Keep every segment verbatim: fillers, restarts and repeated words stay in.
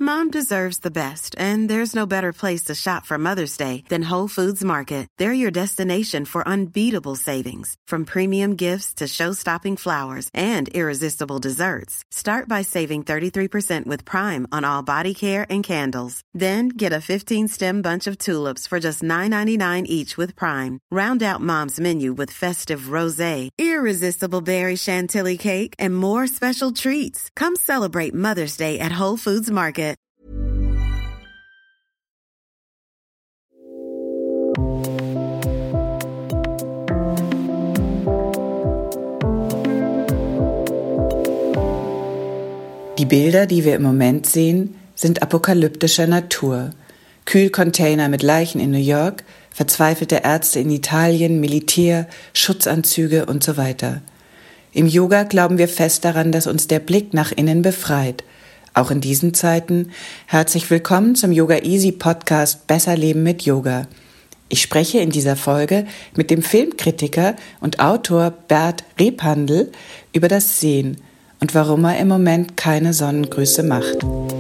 Mom deserves the best, and there's no better place to shop for Mother's Day than Whole Foods Market. They're your destination for unbeatable savings, from premium gifts to show-stopping flowers and irresistible desserts. Start by saving thirty-three percent with Prime on all body care and candles. Then get a fifteen-stem bunch of tulips for just nine ninety-nine each with Prime. Round out Mom's menu with festive rosé, irresistible berry chantilly cake, and more special treats. Come celebrate Mother's Day at Whole Foods Market. Die Bilder, die wir im Moment sehen, sind apokalyptischer Natur. Kühlcontainer mit Leichen in New York, verzweifelte Ärzte in Italien, Militär, Schutzanzüge und so weiter. Im Yoga glauben wir fest daran, dass uns der Blick nach innen befreit. Auch in diesen Zeiten herzlich willkommen zum Yoga Easy Podcast Besser Leben mit Yoga. Ich spreche in dieser Folge mit dem Filmkritiker und Autor Bert Repandl über das Sehen und warum er im Moment keine Sonnengrüße macht.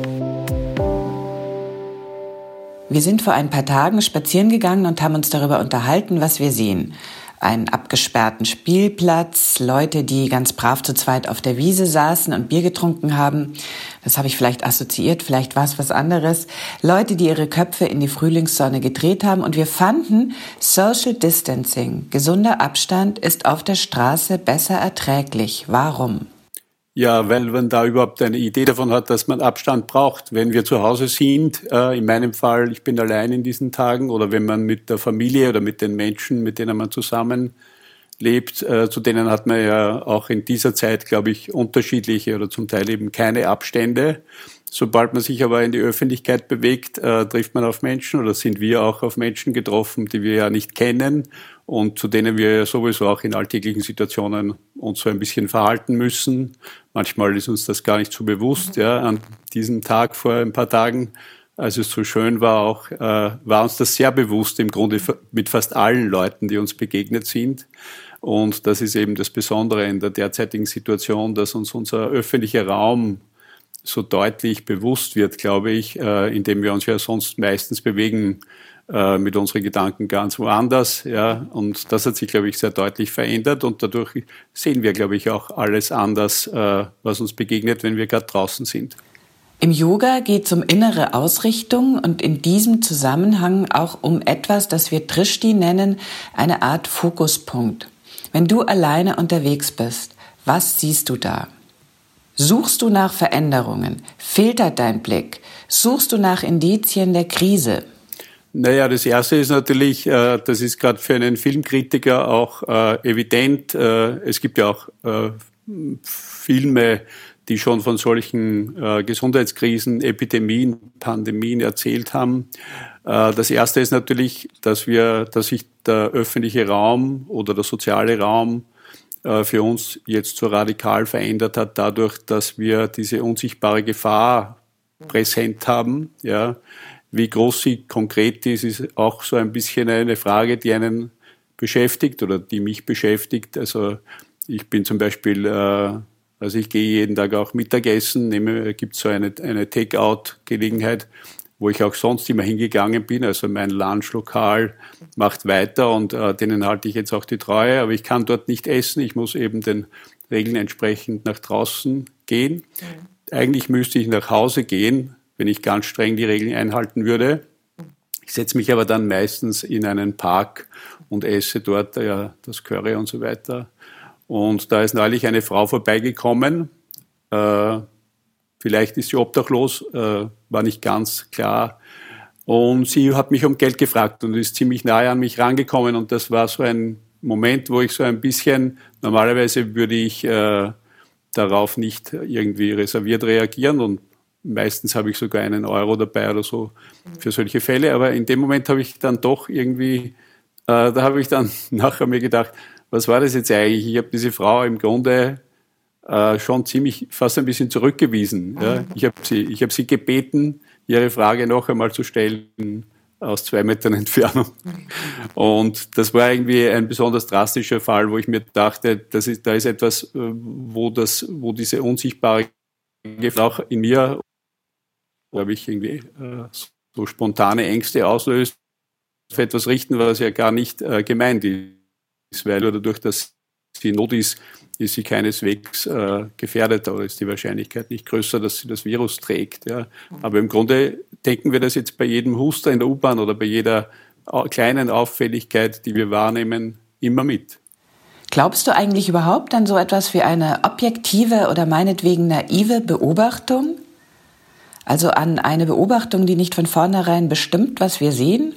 Wir sind vor ein paar Tagen spazieren gegangen und haben uns darüber unterhalten, was wir sehen. Einen abgesperrten Spielplatz, Leute, die ganz brav zu zweit auf der Wiese saßen und Bier getrunken haben. Das habe ich vielleicht assoziiert, vielleicht war es was anderes. Leute, die ihre Köpfe in die Frühlingssonne gedreht haben. Und wir fanden, Social Distancing, gesunder Abstand, ist auf der Straße besser erträglich. Warum? Ja, weil man da überhaupt eine Idee davon hat, dass man Abstand braucht. Wenn wir zu Hause sind, äh, in meinem Fall, ich bin allein in diesen Tagen, oder wenn man mit der Familie oder mit den Menschen, mit denen man zusammenlebt, äh, zu denen hat man ja auch in dieser Zeit, glaube ich, unterschiedliche oder zum Teil eben keine Abstände. Sobald man sich aber in die Öffentlichkeit bewegt, äh, trifft man auf Menschen oder sind wir auch auf Menschen getroffen, die wir ja nicht kennen und zu denen wir ja sowieso auch in alltäglichen Situationen uns so ein bisschen verhalten müssen. Manchmal ist uns das gar nicht so bewusst. Ja, an diesem Tag vor ein paar Tagen, als es so schön war, auch äh, war uns das sehr bewusst im Grunde mit fast allen Leuten, die uns begegnet sind. Und das ist eben das Besondere in der derzeitigen Situation, dass uns unser öffentlicher Raum so deutlich bewusst wird, glaube ich, äh, indem wir uns ja sonst meistens bewegen äh, mit unseren Gedanken ganz woanders. Ja, und das hat sich, glaube ich, sehr deutlich verändert und dadurch sehen wir, glaube ich, auch alles anders, äh, was uns begegnet, wenn wir gerade draußen sind. Im Yoga geht es um innere Ausrichtung und in diesem Zusammenhang auch um etwas, das wir Drishti nennen, eine Art Fokuspunkt. Wenn du alleine unterwegs bist, was siehst du da? Suchst du nach Veränderungen? Filtert dein Blick? Suchst du nach Indizien der Krise? Naja, das Erste ist natürlich, äh, das ist gerade für einen Filmkritiker auch äh, evident. Äh, es gibt ja auch äh, Filme, die schon von solchen äh, Gesundheitskrisen, Epidemien, Pandemien erzählt haben. Äh, das Erste ist natürlich, dass wir, dass sich der öffentliche Raum oder der soziale Raum für uns jetzt so radikal verändert hat, dadurch, dass wir diese unsichtbare Gefahr präsent haben. Ja, wie groß sie konkret ist, ist auch so ein bisschen eine Frage, die einen beschäftigt oder die mich beschäftigt. Also ich bin zum Beispiel, äh, also ich gehe jeden Tag auch Mittagessen, nehme, gibt so eine, eine Take-out-Gelegenheit, wo ich auch sonst immer hingegangen bin. Also mein Lunchlokal macht weiter und äh, denen halte ich jetzt auch die Treue. Aber ich kann dort nicht essen. Ich muss eben den Regeln entsprechend nach draußen gehen. Mhm. Eigentlich müsste ich nach Hause gehen, wenn ich ganz streng die Regeln einhalten würde. Ich setze mich aber dann meistens in einen Park und esse dort ja, das Curry und so weiter. Und da ist neulich eine Frau vorbeigekommen, äh, vielleicht ist sie obdachlos, äh, war nicht ganz klar. Und sie hat mich um Geld gefragt und ist ziemlich nahe an mich rangekommen. Und das war so ein Moment, wo ich so ein bisschen, normalerweise würde ich äh, darauf nicht irgendwie reserviert reagieren. Und meistens habe ich sogar einen Euro dabei oder so für solche Fälle. Aber in dem Moment habe ich dann doch irgendwie, äh, da habe ich dann nachher mir gedacht, was war das jetzt eigentlich? Ich habe diese Frau im Grunde Äh, schon ziemlich, fast ein bisschen zurückgewiesen. Ja. Ich habe sie, ich habe sie gebeten, ihre Frage noch einmal zu stellen aus zwei Metern Entfernung. Und das war irgendwie ein besonders drastischer Fall, wo ich mir dachte, das ist, da ist etwas, wo das, wo diese unsichtbare Gefahr auch in mir glaube ich, irgendwie äh, so spontane Ängste auslöst, für etwas richten, was ja gar nicht äh, gemeint ist, weil oder dadurch, dass sie Not ist, ist sie keineswegs äh, gefährdet, oder ist die Wahrscheinlichkeit nicht größer, dass sie das Virus trägt. Ja. Aber im Grunde denken wir das jetzt bei jedem Huster in der U-Bahn oder bei jeder kleinen Auffälligkeit, die wir wahrnehmen, immer mit. Glaubst du eigentlich überhaupt an so etwas wie eine objektive oder meinetwegen naive Beobachtung? Also an eine Beobachtung, die nicht von vornherein bestimmt, was wir sehen?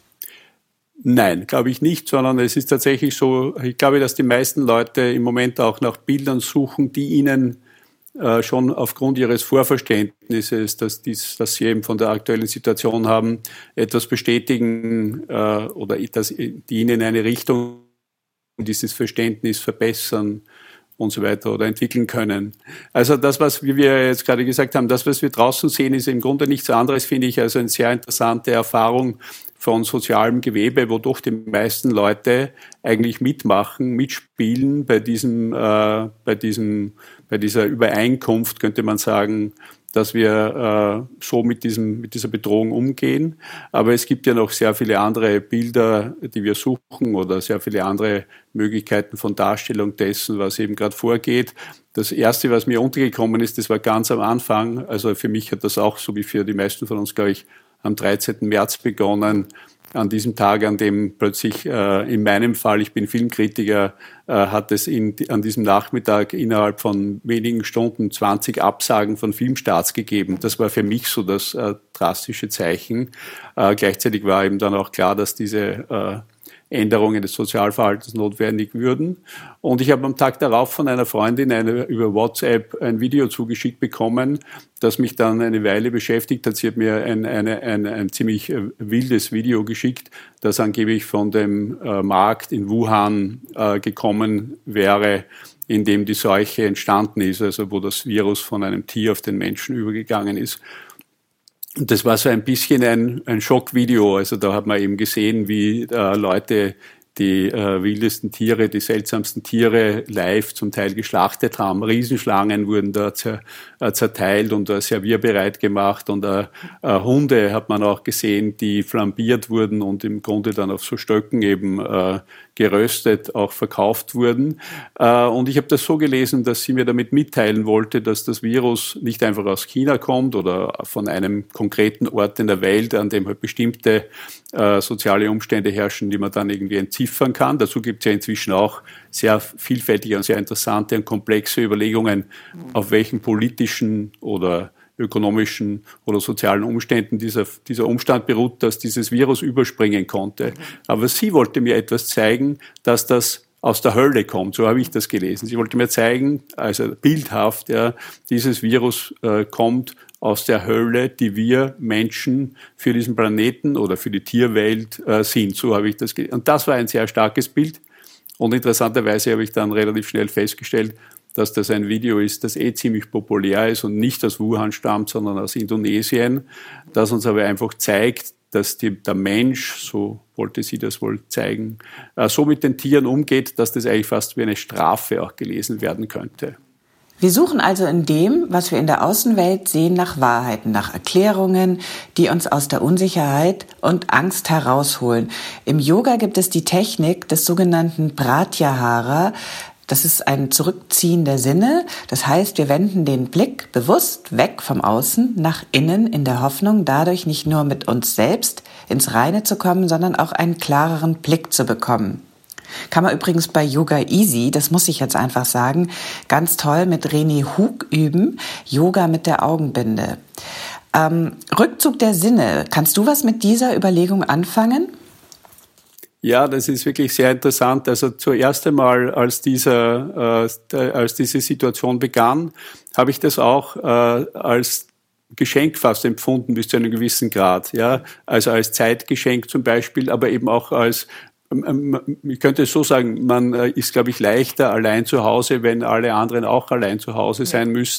Nein, glaube ich nicht, sondern es ist tatsächlich so, ich glaube, dass die meisten Leute im Moment auch nach Bildern suchen, die ihnen äh, schon aufgrund ihres Vorverständnisses, dass, dies, dass sie eben von der aktuellen Situation haben, etwas bestätigen äh, oder dass die ihnen in eine Richtung dieses Verständnis verbessern und so weiter oder entwickeln können. Also das, was wie wir jetzt gerade gesagt haben, das, was wir draußen sehen, ist im Grunde nichts anderes, finde ich, also eine sehr interessante Erfahrung von sozialem Gewebe, wodurch die meisten Leute eigentlich mitmachen, mitspielen bei diesem, äh, bei diesem, bei dieser Übereinkunft, könnte man sagen, dass wir äh, so mit diesem, mit dieser Bedrohung umgehen. Aber es gibt ja noch sehr viele andere Bilder, die wir suchen oder sehr viele andere Möglichkeiten von Darstellung dessen, was eben gerade vorgeht. Das Erste, was mir untergekommen ist, das war ganz am Anfang. Also für mich hat das auch, so wie für die meisten von uns, glaube ich, am dreizehnten März begonnen, an diesem Tag, an dem plötzlich äh, in meinem Fall, ich bin Filmkritiker, äh, hat es in, an diesem Nachmittag innerhalb von wenigen Stunden zwanzig Absagen von Filmstarts gegeben. Das war für mich so das äh, drastische Zeichen. Äh, gleichzeitig war eben dann auch klar, dass diese äh, Änderungen des Sozialverhaltens notwendig würden. Und ich habe am Tag darauf von einer Freundin eine, über WhatsApp ein Video zugeschickt bekommen, das mich dann eine Weile beschäftigt hat. Sie hat mir ein, eine, ein, ein ziemlich wildes Video geschickt, das angeblich von dem äh, Markt in Wuhan äh, gekommen wäre, in dem die Seuche entstanden ist, also wo das Virus von einem Tier auf den Menschen übergegangen ist. Und das war so ein bisschen ein, ein Schockvideo. Also da hat man eben gesehen, wie äh, Leute die äh, wildesten Tiere, die seltsamsten Tiere live zum Teil geschlachtet haben. Riesenschlangen wurden da zer, äh, zerteilt und äh, servierbereit gemacht. Und äh, äh, Hunde hat man auch gesehen, die flambiert wurden und im Grunde dann auf so Stöcken eben äh, geröstet auch verkauft wurden. Äh, und ich habe das so gelesen, dass sie mir damit mitteilen wollte, dass das Virus nicht einfach aus China kommt oder von einem konkreten Ort in der Welt, an dem halt bestimmte äh, soziale Umstände herrschen, die man dann irgendwie entziffern kann. Dazu gibt es ja inzwischen auch sehr vielfältige und sehr interessante und komplexe Überlegungen, auf welchen politischen oder ökonomischen oder sozialen Umständen dieser, dieser Umstand beruht, dass dieses Virus überspringen konnte. Aber sie wollte mir etwas zeigen, dass das aus der Hölle kommt. So habe ich das gelesen. Sie wollte mir zeigen, also bildhaft, ja, dieses Virus äh, kommt aus der Hölle, die wir Menschen für diesen Planeten oder für die Tierwelt äh, sind. So habe ich das gelesen. Und das war ein sehr starkes Bild. Und interessanterweise habe ich dann relativ schnell festgestellt, dass das ein Video ist, das eh ziemlich populär ist und nicht aus Wuhan stammt, sondern aus Indonesien, das uns aber einfach zeigt, dass die, der Mensch, so wollte sie das wohl zeigen, äh, so mit den Tieren umgeht, dass das eigentlich fast wie eine Strafe auch gelesen werden könnte. Wir suchen also in dem, was wir in der Außenwelt sehen, nach Wahrheiten, nach Erklärungen, die uns aus der Unsicherheit und Angst herausholen. Im Yoga gibt es die Technik des sogenannten Pratyahara. Das ist ein Zurückziehen der Sinne. Das heißt, wir wenden den Blick bewusst weg vom Außen nach innen in der Hoffnung, dadurch nicht nur mit uns selbst ins Reine zu kommen, sondern auch einen klareren Blick zu bekommen. Kann man übrigens bei Yoga Easy, das muss ich jetzt einfach sagen, ganz toll mit René Hug üben, Yoga mit der Augenbinde. Ähm, Rückzug der Sinne, kannst du was mit dieser Überlegung anfangen? Ja, das ist wirklich sehr interessant. Also zuerst einmal, als dieser, äh, als diese Situation begann, habe ich das auch äh, als Geschenk fast empfunden bis zu einem gewissen Grad. Ja, also als Zeitgeschenk zum Beispiel, aber eben auch als, ich könnte es so sagen, man ist, glaube ich, leichter allein zu Hause, wenn alle anderen auch allein zu Hause sein müssen.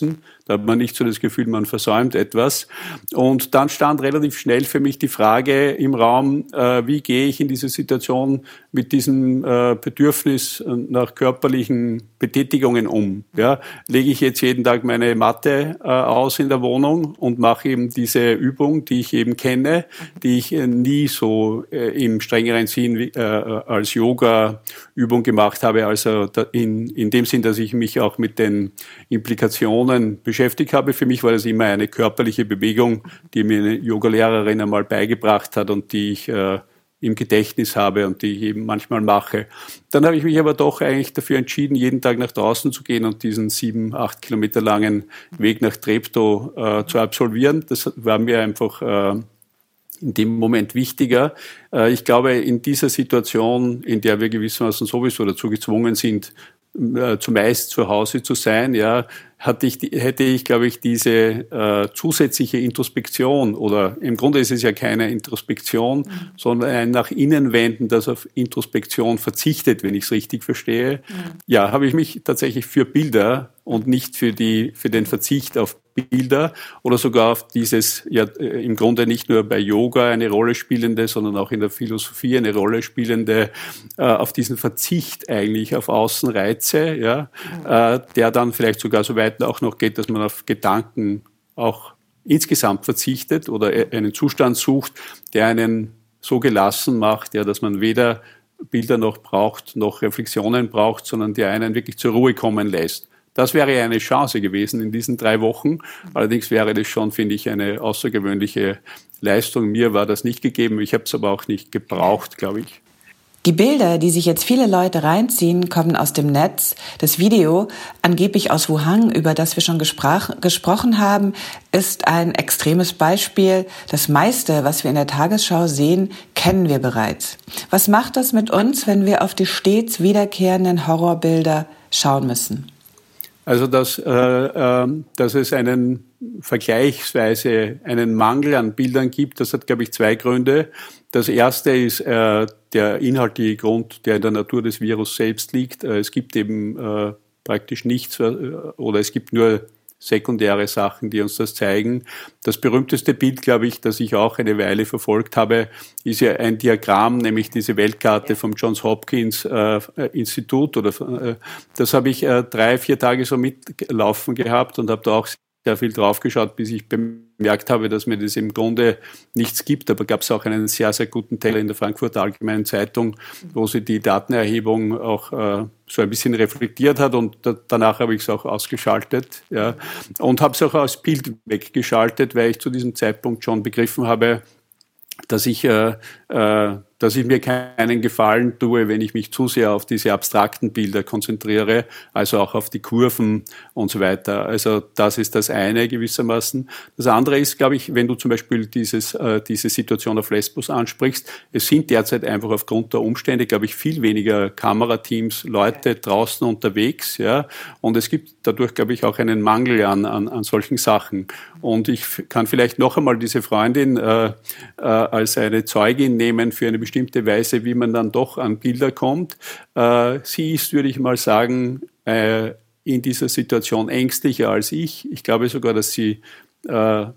Da hat man nicht so das Gefühl, man versäumt etwas. Und dann stand relativ schnell für mich die Frage im Raum, äh, wie gehe ich in diese Situation mit diesem äh, Bedürfnis nach körperlichen Betätigungen um? Ja, lege ich jetzt jeden Tag meine Matte äh, aus in der Wohnung und mache eben diese Übung, die ich eben kenne, die ich äh, nie so äh, im strengeren Sinn wie, äh, als Yoga-Übung gemacht habe, also da in, in dem Sinn, dass ich mich auch mit den Implikationen beschäftigt habe. Für mich war das immer eine körperliche Bewegung, die mir eine Yogalehrerin einmal beigebracht hat und die ich äh, im Gedächtnis habe und die ich eben manchmal mache. Dann habe ich mich aber doch eigentlich dafür entschieden, jeden Tag nach draußen zu gehen und diesen sieben, acht Kilometer langen Weg nach Treptow äh, zu absolvieren. Das war mir einfach äh, in dem Moment wichtiger. Äh, ich glaube, in dieser Situation, in der wir gewissermaßen sowieso dazu gezwungen sind, äh, zumeist zu Hause zu sein, ja, hatte ich, hätte ich, glaube ich, diese äh, zusätzliche Introspektion, oder im Grunde ist es ja keine Introspektion, mhm. sondern ein nach innen wenden, das auf Introspektion verzichtet, wenn ich es richtig verstehe. Mhm. Ja, habe ich mich tatsächlich für Bilder und nicht für die, für den Verzicht auf Bilder oder sogar auf dieses, ja, im Grunde nicht nur bei Yoga eine Rolle spielende, sondern auch in der Philosophie eine Rolle spielende, äh, auf diesen Verzicht eigentlich auf Außenreize, ja, mhm. äh, der dann vielleicht sogar so weit auch noch geht, dass man auf Gedanken auch insgesamt verzichtet oder einen Zustand sucht, der einen so gelassen macht, ja, dass man weder Bilder noch braucht, noch Reflexionen braucht, sondern der einen wirklich zur Ruhe kommen lässt. Das wäre eine Chance gewesen in diesen drei Wochen. Allerdings wäre das schon, finde ich, eine außergewöhnliche Leistung. Mir war das nicht gegeben. Ich habe es aber auch nicht gebraucht, glaube ich. Die Bilder, die sich jetzt viele Leute reinziehen, kommen aus dem Netz. Das Video, angeblich aus Wuhan, über das wir schon gesprach, gesprochen haben, ist ein extremes Beispiel. Das meiste, was wir in der Tagesschau sehen, kennen wir bereits. Was macht das mit uns, wenn wir auf die stets wiederkehrenden Horrorbilder schauen müssen? Also, dass, äh, äh, dass es einen vergleichsweise einen Mangel an Bildern gibt, das hat, glaube ich, zwei Gründe. Das erste ist äh, der inhaltliche Grund, der in der Natur des Virus selbst liegt. Äh, es gibt eben äh, praktisch nichts äh, oder es gibt nur sekundäre Sachen, die uns das zeigen. Das berühmteste Bild, glaube ich, das ich auch eine Weile verfolgt habe, ist ja ein Diagramm, nämlich diese Weltkarte vom Johns Hopkins äh, Institut. Oder äh, das habe ich äh, drei, vier Tage so mitlaufen gehabt und habe da auch sehr viel draufgeschaut, bis ich bemerkt habe, dass mir das im Grunde nichts gibt. Aber gab es auch einen sehr, sehr guten Teil in der Frankfurter Allgemeinen Zeitung, wo sie die Datenerhebung auch äh, so ein bisschen reflektiert hat und da, danach habe ich es auch ausgeschaltet, ja, und habe es auch als Bild weggeschaltet, weil ich zu diesem Zeitpunkt schon begriffen habe, dass ich, äh, äh, dass ich mir keinen Gefallen tue, wenn ich mich zu sehr auf diese abstrakten Bilder konzentriere, also auch auf die Kurven und so weiter. Also das ist das eine gewissermaßen. Das andere ist, glaube ich, wenn du zum Beispiel dieses, äh, diese Situation auf Lesbos ansprichst, es sind derzeit einfach aufgrund der Umstände, glaube ich, viel weniger Kamerateams, Leute draußen unterwegs, ja, und es gibt dadurch, glaube ich, auch einen Mangel an, an, an solchen Sachen. Und ich kann vielleicht noch einmal diese Freundin äh, äh, als eine Zeugin nehmen für eine bestimmte Weise, wie man dann doch an Bilder kommt. Äh, sie ist, würde ich mal sagen, äh, in dieser Situation ängstlicher als ich. Ich glaube sogar, dass sie, äh,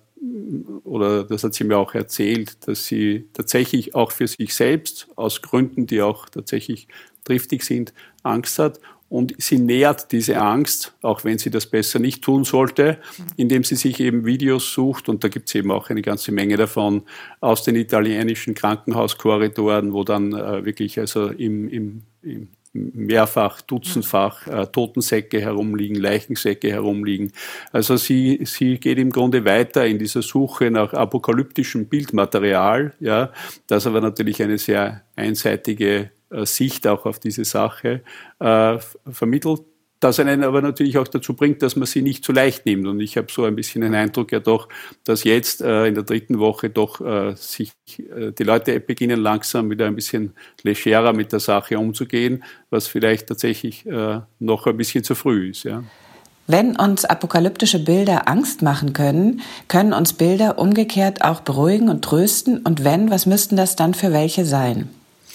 oder das hat sie mir auch erzählt, dass sie tatsächlich auch für sich selbst, aus Gründen, die auch tatsächlich triftig sind, Angst hat. Und sie nährt diese Angst, auch wenn sie das besser nicht tun sollte, indem sie sich eben Videos sucht, und da gibt es eben auch eine ganze Menge davon, aus den italienischen Krankenhauskorridoren, wo dann äh, wirklich also im, im, im mehrfach, dutzendfach äh, Totensäcke herumliegen, Leichensäcke herumliegen. Also sie, sie geht im Grunde weiter in dieser Suche nach apokalyptischem Bildmaterial, ja, das aber natürlich eine sehr einseitige Sicht auch auf diese Sache äh, vermittelt, das einen aber natürlich auch dazu bringt, dass man sie nicht zu leicht nimmt. Und ich habe so ein bisschen den Eindruck ja doch, dass jetzt äh, in der dritten Woche doch äh, sich äh, die Leute beginnen langsam wieder ein bisschen legerer mit der Sache umzugehen, was vielleicht tatsächlich äh, noch ein bisschen zu früh ist. Ja. Wenn uns apokalyptische Bilder Angst machen können, können uns Bilder umgekehrt auch beruhigen und trösten. Und wenn, was müssten das dann für welche sein?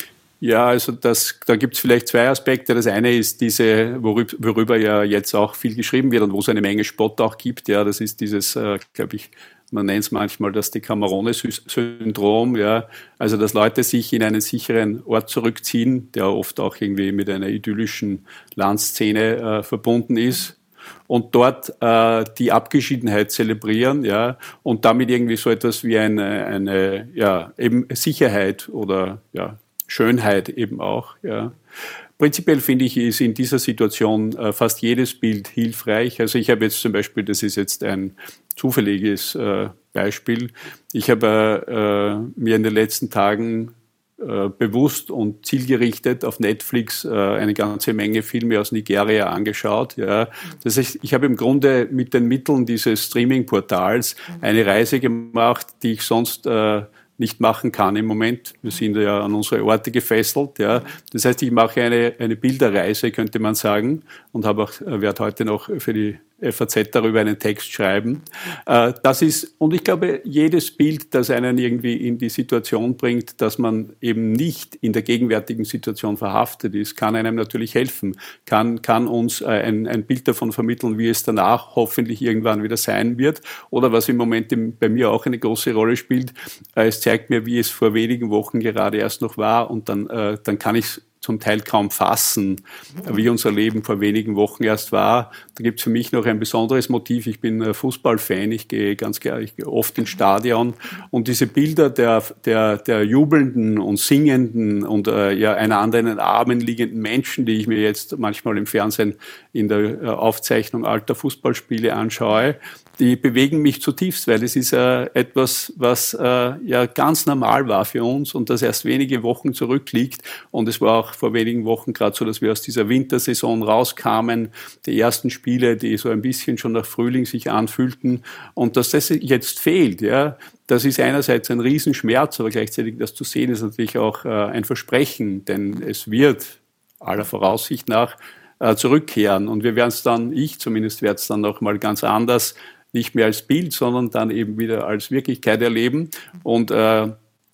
Ja, also das, da gibt es vielleicht zwei Aspekte. Das eine ist diese, worüber, worüber ja jetzt auch viel geschrieben wird und wo es eine Menge Spott auch gibt. Ja, das ist dieses, äh, glaube ich, man nennt es manchmal das Decamerone-Syndrom. Ja, also dass Leute sich in einen sicheren Ort zurückziehen, der oft auch irgendwie mit einer idyllischen Landszene äh, verbunden ist. Und dort äh, die Abgeschiedenheit zelebrieren, ja, und damit irgendwie so etwas wie eine, eine ja, eben Sicherheit oder ja, Schönheit eben auch, ja. Prinzipiell finde ich, ist in dieser Situation äh, fast jedes Bild hilfreich. Also ich habe jetzt zum Beispiel, das ist jetzt ein zufälliges äh, Beispiel, ich habe äh, mir in den letzten Tagen äh, bewusst und zielgerichtet auf Netflix äh, eine ganze Menge Filme aus Nigeria angeschaut. Ja. Das heißt, ich habe im Grunde mit den Mitteln dieses Streaming-Portals eine Reise gemacht, die ich sonst äh, nicht machen kann im Moment. Wir sind ja an unsere Orte gefesselt. Ja. Das heißt, ich mache eine, eine Bilderreise, könnte man sagen, und habe auch, werde heute noch für die F A Z darüber einen Text schreiben. Das ist, und ich glaube, jedes Bild, das einen irgendwie in die Situation bringt, dass man eben nicht in der gegenwärtigen Situation verhaftet ist, kann einem natürlich helfen, kann, kann uns ein, ein Bild davon vermitteln, wie es danach hoffentlich irgendwann wieder sein wird. Oder was im Moment bei mir auch eine große Rolle spielt, es zeigt mir, wie es vor wenigen Wochen gerade erst noch war, und dann, dann kann ich zum Teil kaum fassen, wie unser Leben vor wenigen Wochen erst war. Da gibt es für mich noch ein besonderes Motiv. Ich bin Fußballfan, ich gehe ganz gerne, ich gehe oft ins Stadion, und diese Bilder der, der, der jubelnden und singenden und äh, ja, einander in den Armen liegenden Menschen, die ich mir jetzt manchmal im Fernsehen in der äh, Aufzeichnung alter Fußballspiele anschaue, die bewegen mich zutiefst, weil es ist äh, etwas, was äh, ja ganz normal war für uns und das erst wenige Wochen zurückliegt. Und es war auch vor wenigen Wochen gerade so, dass wir aus dieser Wintersaison rauskamen, die ersten Spiele, die so ein bisschen schon nach Frühling sich anfühlten, und dass das jetzt fehlt, ja, das ist einerseits ein Riesenschmerz, aber gleichzeitig das zu sehen ist natürlich auch äh, ein Versprechen, denn es wird aller Voraussicht nach äh, zurückkehren, und wir werden es dann, ich zumindest werde es dann noch mal ganz anders, nicht mehr als Bild, sondern dann eben wieder als Wirklichkeit erleben. Und äh,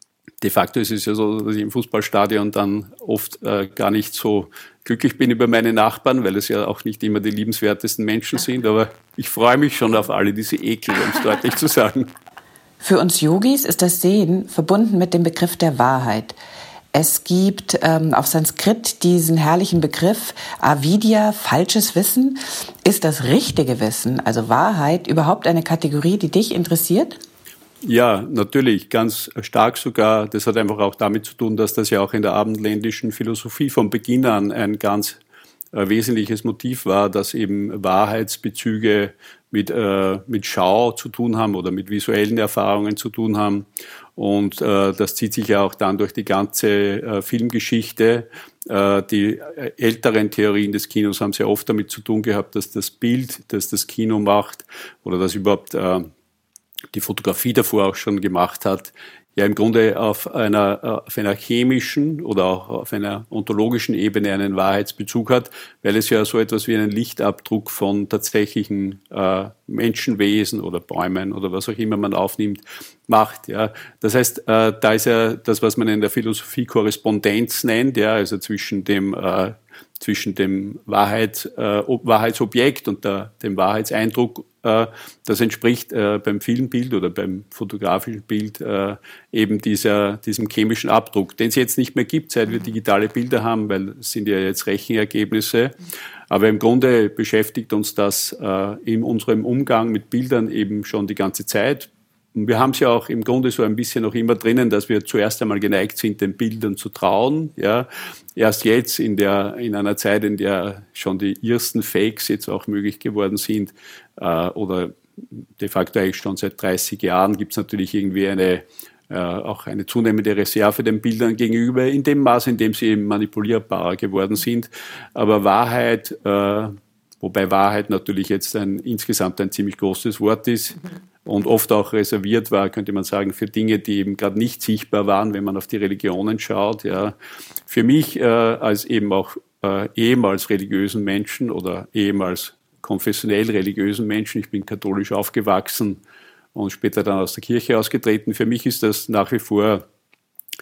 de facto ist es ja so, dass ich im Fußballstadion dann oft äh, gar nicht so glücklich bin über meine Nachbarn, weil es ja auch nicht immer die liebenswertesten Menschen sind. Aber ich freue mich schon auf alle diese Ekel, um es deutlich zu sagen. Für uns Yogis ist das Sehen verbunden mit dem Begriff der Wahrheit. Es gibt ähm, auf Sanskrit diesen herrlichen Begriff Avidya, falsches Wissen. Ist das richtige Wissen, also Wahrheit, überhaupt eine Kategorie, die dich interessiert? Ja, natürlich, ganz stark sogar. Das hat einfach auch damit zu tun, dass das ja auch in der abendländischen Philosophie von Beginn an ein ganz äh, wesentliches Motiv war, dass eben Wahrheitsbezüge mit, äh, mit Schau zu tun haben oder mit visuellen Erfahrungen zu tun haben. Und äh, das zieht sich ja auch dann durch die ganze äh, Filmgeschichte. Äh, die älteren Theorien des Kinos haben sehr oft damit zu tun gehabt, dass das Bild, das das Kino macht oder das überhaupt äh, die Fotografie davor auch schon gemacht hat, ja im Grunde auf einer, auf einer chemischen oder auch auf einer ontologischen Ebene einen Wahrheitsbezug hat, weil es ja so etwas wie einen Lichtabdruck von tatsächlichen äh, Menschenwesen oder Bäumen oder was auch immer man aufnimmt, macht. Ja. Das heißt, äh, da ist ja das, was man in der Philosophie Korrespondenz nennt, ja, also zwischen dem äh, zwischen dem Wahrheit, äh, Wahrheitsobjekt und der, dem Wahrheitseindruck, äh, das entspricht äh, beim Filmbild oder beim fotografischen Bild äh, eben dieser, diesem chemischen Abdruck, den es jetzt nicht mehr gibt, seit wir digitale Bilder haben, weil es sind ja jetzt Rechenergebnisse. Aber im Grunde beschäftigt uns das äh, in unserem Umgang mit Bildern eben schon die ganze Zeit. Und wir haben es ja auch im Grunde so ein bisschen noch immer drinnen, dass wir zuerst einmal geneigt sind, den Bildern zu trauen. Ja, erst jetzt in der in einer Zeit, in der schon die ersten Fakes jetzt auch möglich geworden sind, äh, oder de facto eigentlich schon seit dreißig Jahren, gibt es natürlich irgendwie eine äh, auch eine zunehmende Reserve den Bildern gegenüber, in dem Maß, in dem sie eben manipulierbarer geworden sind. Aber Wahrheit, äh, wobei Wahrheit natürlich jetzt ein insgesamt ein ziemlich großes Wort ist, und oft auch reserviert war, könnte man sagen, für Dinge, die eben gerade nicht sichtbar waren, wenn man auf die Religionen schaut. Ja. Für mich äh, als eben auch äh, ehemals religiösen Menschen oder ehemals konfessionell religiösen Menschen, ich bin katholisch aufgewachsen und später dann aus der Kirche ausgetreten, für mich ist das nach wie vor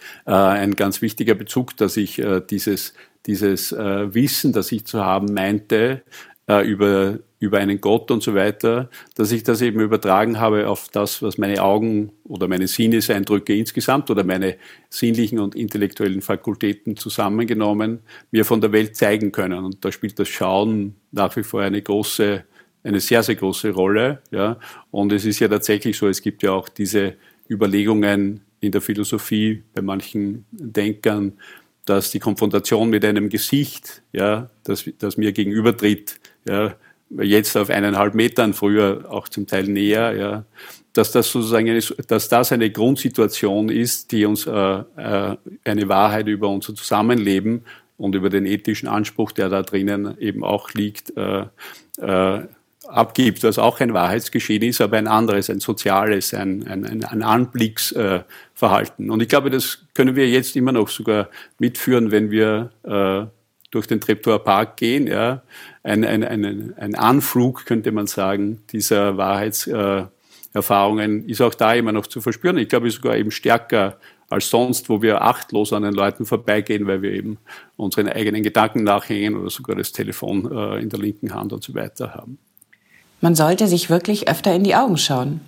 äh, ein ganz wichtiger Bezug, dass ich äh, dieses, dieses äh, Wissen, das ich zu haben meinte, äh, über, über einen Gott und so weiter, dass ich das eben übertragen habe auf das, was meine Augen oder meine Sinneseindrücke insgesamt oder meine sinnlichen und intellektuellen Fakultäten zusammengenommen mir von der Welt zeigen können. Und da spielt das Schauen nach wie vor eine große, eine sehr, sehr große Rolle. Ja. Und es ist ja tatsächlich so, es gibt ja auch diese Überlegungen in der Philosophie bei manchen Denkern, dass die Konfrontation mit einem Gesicht, ja, das, das mir gegenübertritt, ja, jetzt auf eineinhalb Metern, früher auch zum Teil näher, ja, dass das sozusagen eine, dass das eine Grundsituation ist, die uns äh, äh, eine Wahrheit über unser Zusammenleben und über den ethischen Anspruch, der da drinnen eben auch liegt, äh, äh, abgibt, was auch ein Wahrheitsgeschehen ist, aber ein anderes, ein soziales, ein, ein, ein Anblicksverhalten. Äh, und ich glaube, das können wir jetzt immer noch sogar mitführen, wenn wir äh, durch den Treptower Park gehen. Ja. Ein, ein, ein, ein Anflug, könnte man sagen, dieser Wahrheitserfahrungen äh, ist auch da immer noch zu verspüren. Ich glaube, sogar eben stärker als sonst, wo wir achtlos an den Leuten vorbeigehen, weil wir eben unseren eigenen Gedanken nachhängen oder sogar das Telefon äh, in der linken Hand und so weiter haben. Man sollte sich wirklich öfter in die Augen schauen.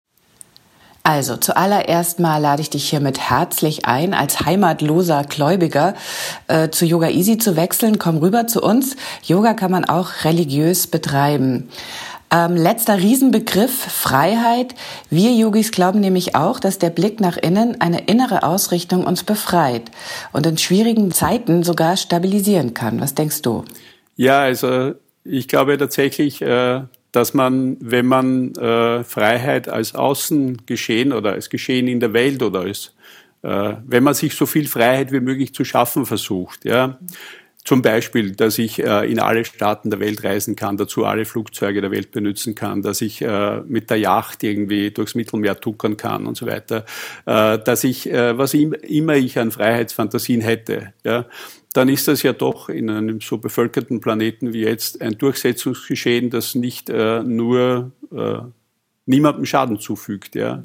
Also, zuallererst mal lade ich dich hiermit herzlich ein, als heimatloser Gläubiger äh, zu Yoga Easy zu wechseln. Komm rüber zu uns. Yoga kann man auch religiös betreiben. Ähm, letzter Riesenbegriff, Freiheit. Wir Yogis glauben nämlich auch, dass der Blick nach innen eine innere Ausrichtung uns befreit und in schwierigen Zeiten sogar stabilisieren kann. Was denkst du? Ja, also ich glaube tatsächlich, äh dass man, wenn man äh, Freiheit als Außengeschehen oder als Geschehen in der Welt oder als, äh, wenn man sich so viel Freiheit wie möglich zu schaffen versucht, ja, zum Beispiel, dass ich äh, in alle Staaten der Welt reisen kann, dazu alle Flugzeuge der Welt benutzen kann, dass ich äh, mit der Yacht irgendwie durchs Mittelmeer tuckern kann und so weiter, äh, dass ich, äh, was immer ich an Freiheitsfantasien hätte, ja, dann ist das ja doch in einem so bevölkerten Planeten wie jetzt ein Durchsetzungsgeschehen, das nicht äh, nur äh, niemandem Schaden zufügt. Ja.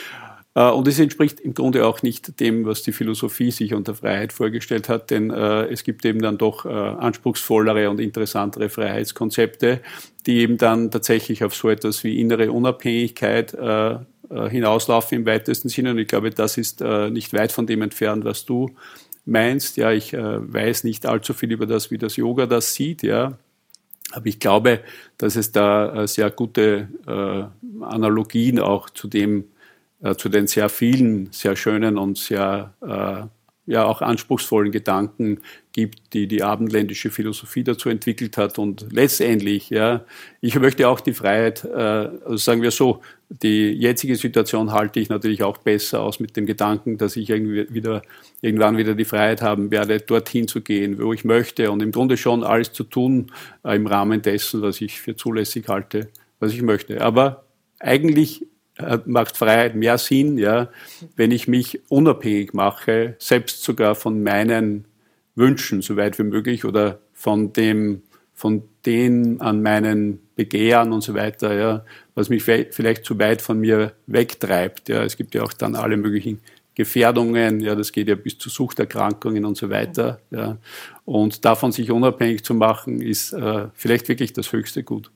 Äh, und es entspricht im Grunde auch nicht dem, was die Philosophie sich unter Freiheit vorgestellt hat, denn äh, es gibt eben dann doch äh, anspruchsvollere und interessantere Freiheitskonzepte, die eben dann tatsächlich auf so etwas wie innere Unabhängigkeit äh, hinauslaufen im weitesten Sinne. Und ich glaube, das ist äh, nicht weit von dem entfernt, was du meinst. Ja, ich äh, weiß nicht allzu viel über das, wie das Yoga das sieht, ja. Aber ich glaube, dass es da äh, sehr gute äh, Analogien auch zu dem, äh, zu den sehr vielen, sehr schönen und sehr, äh, ja, auch anspruchsvollen Gedanken gibt, die die abendländische Philosophie dazu entwickelt hat. Und letztendlich, ja, ich möchte auch die Freiheit, äh, also sagen wir so, die jetzige Situation halte ich natürlich auch besser aus mit dem Gedanken, dass ich irgendwie wieder, irgendwann wieder die Freiheit haben werde, dorthin zu gehen, wo ich möchte und im Grunde schon alles zu tun äh, im Rahmen dessen, was ich für zulässig halte, was ich möchte. Aber eigentlich äh, macht Freiheit mehr Sinn, ja, wenn ich mich unabhängig mache, selbst sogar von meinen Wünschen, so weit wie möglich, oder von dem, von den an meinen Begehren und so weiter, ja, was mich vielleicht zu weit von mir wegtreibt. Ja. Es gibt ja auch dann alle möglichen Gefährdungen, ja, das geht ja bis zu Suchterkrankungen und so weiter. Ja. Und davon sich unabhängig zu machen, ist äh, vielleicht wirklich das höchste Gut.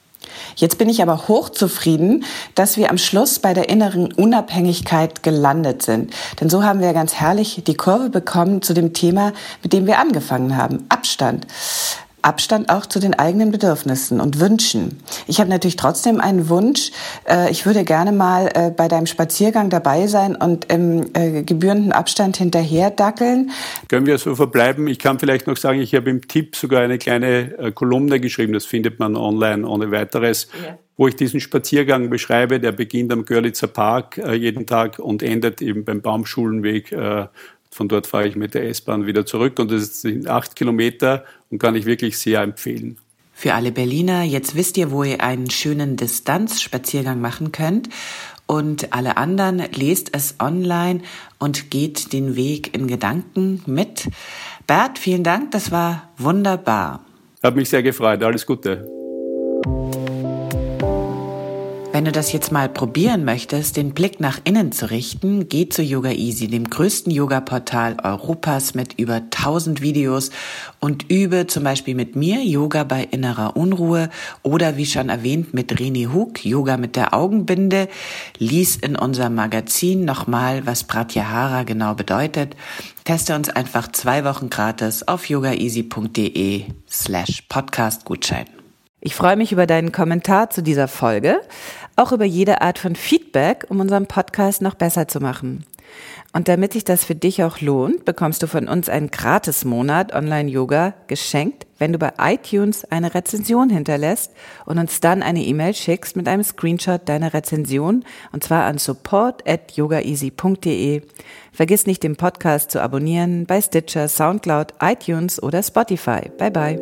Jetzt bin ich aber hochzufrieden, dass wir am Schluss bei der inneren Unabhängigkeit gelandet sind. Denn so haben wir ganz herrlich die Kurve bekommen zu dem Thema, mit dem wir angefangen haben. Abstand. Abstand auch zu den eigenen Bedürfnissen und Wünschen. Ich habe natürlich trotzdem einen Wunsch. Ich würde gerne mal bei deinem Spaziergang dabei sein und im gebührenden Abstand hinterher dackeln. Können wir so verbleiben? Ich kann vielleicht noch sagen, ich habe im Tipp sogar eine kleine Kolumne geschrieben, das findet man online ohne weiteres, ja, wo ich diesen Spaziergang beschreibe. Der beginnt am Görlitzer Park jeden Tag und endet eben beim Baumschulenweg. Von dort fahre ich mit der S-Bahn wieder zurück und das sind acht Kilometer und kann ich wirklich sehr empfehlen. Für alle Berliner, jetzt wisst ihr, wo ihr einen schönen Distanzspaziergang machen könnt. Und alle anderen, lest es online und geht den Weg in Gedanken mit. Bert, vielen Dank, das war wunderbar. Hat mich sehr gefreut, alles Gute. Wenn du das jetzt mal probieren möchtest, den Blick nach innen zu richten, geh zu Yoga Easy, dem größten Yoga-Portal Europas mit über tausend Videos und übe zum Beispiel mit mir Yoga bei innerer Unruhe oder wie schon erwähnt mit René Hug, Yoga mit der Augenbinde. Lies in unserem Magazin nochmal, was Pratyahara genau bedeutet. Teste uns einfach zwei Wochen gratis auf yogaeasy.de slash Podcast-Gutschein. Ich freue mich über deinen Kommentar zu dieser Folge, auch über jede Art von Feedback, um unseren Podcast noch besser zu machen. Und damit sich das für dich auch lohnt, bekommst du von uns einen Gratis-Monat Online-Yoga geschenkt, wenn du bei iTunes eine Rezension hinterlässt und uns dann eine E-Mail schickst mit einem Screenshot deiner Rezension, und zwar an support at yogaeasy punkt de. Vergiss nicht, den Podcast zu abonnieren bei Stitcher, Soundcloud, iTunes oder Spotify. Bye bye.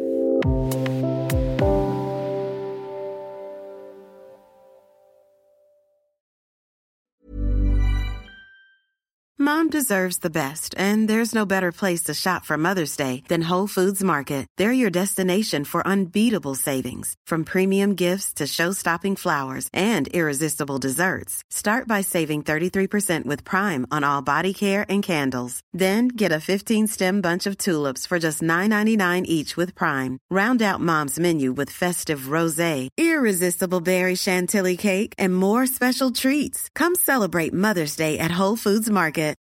Mom deserves the best, and there's no better place to shop for Mother's Day than Whole Foods Market. They're your destination for unbeatable savings, from premium gifts to show-stopping flowers and irresistible desserts. Start by saving thirty-three percent with Prime on all body care and candles. Then get a fifteen-stem bunch of tulips for just nine ninety-nine each with Prime. Round out Mom's menu with festive rosé, irresistible berry chantilly cake, and more special treats. Come celebrate Mother's Day at Whole Foods Market.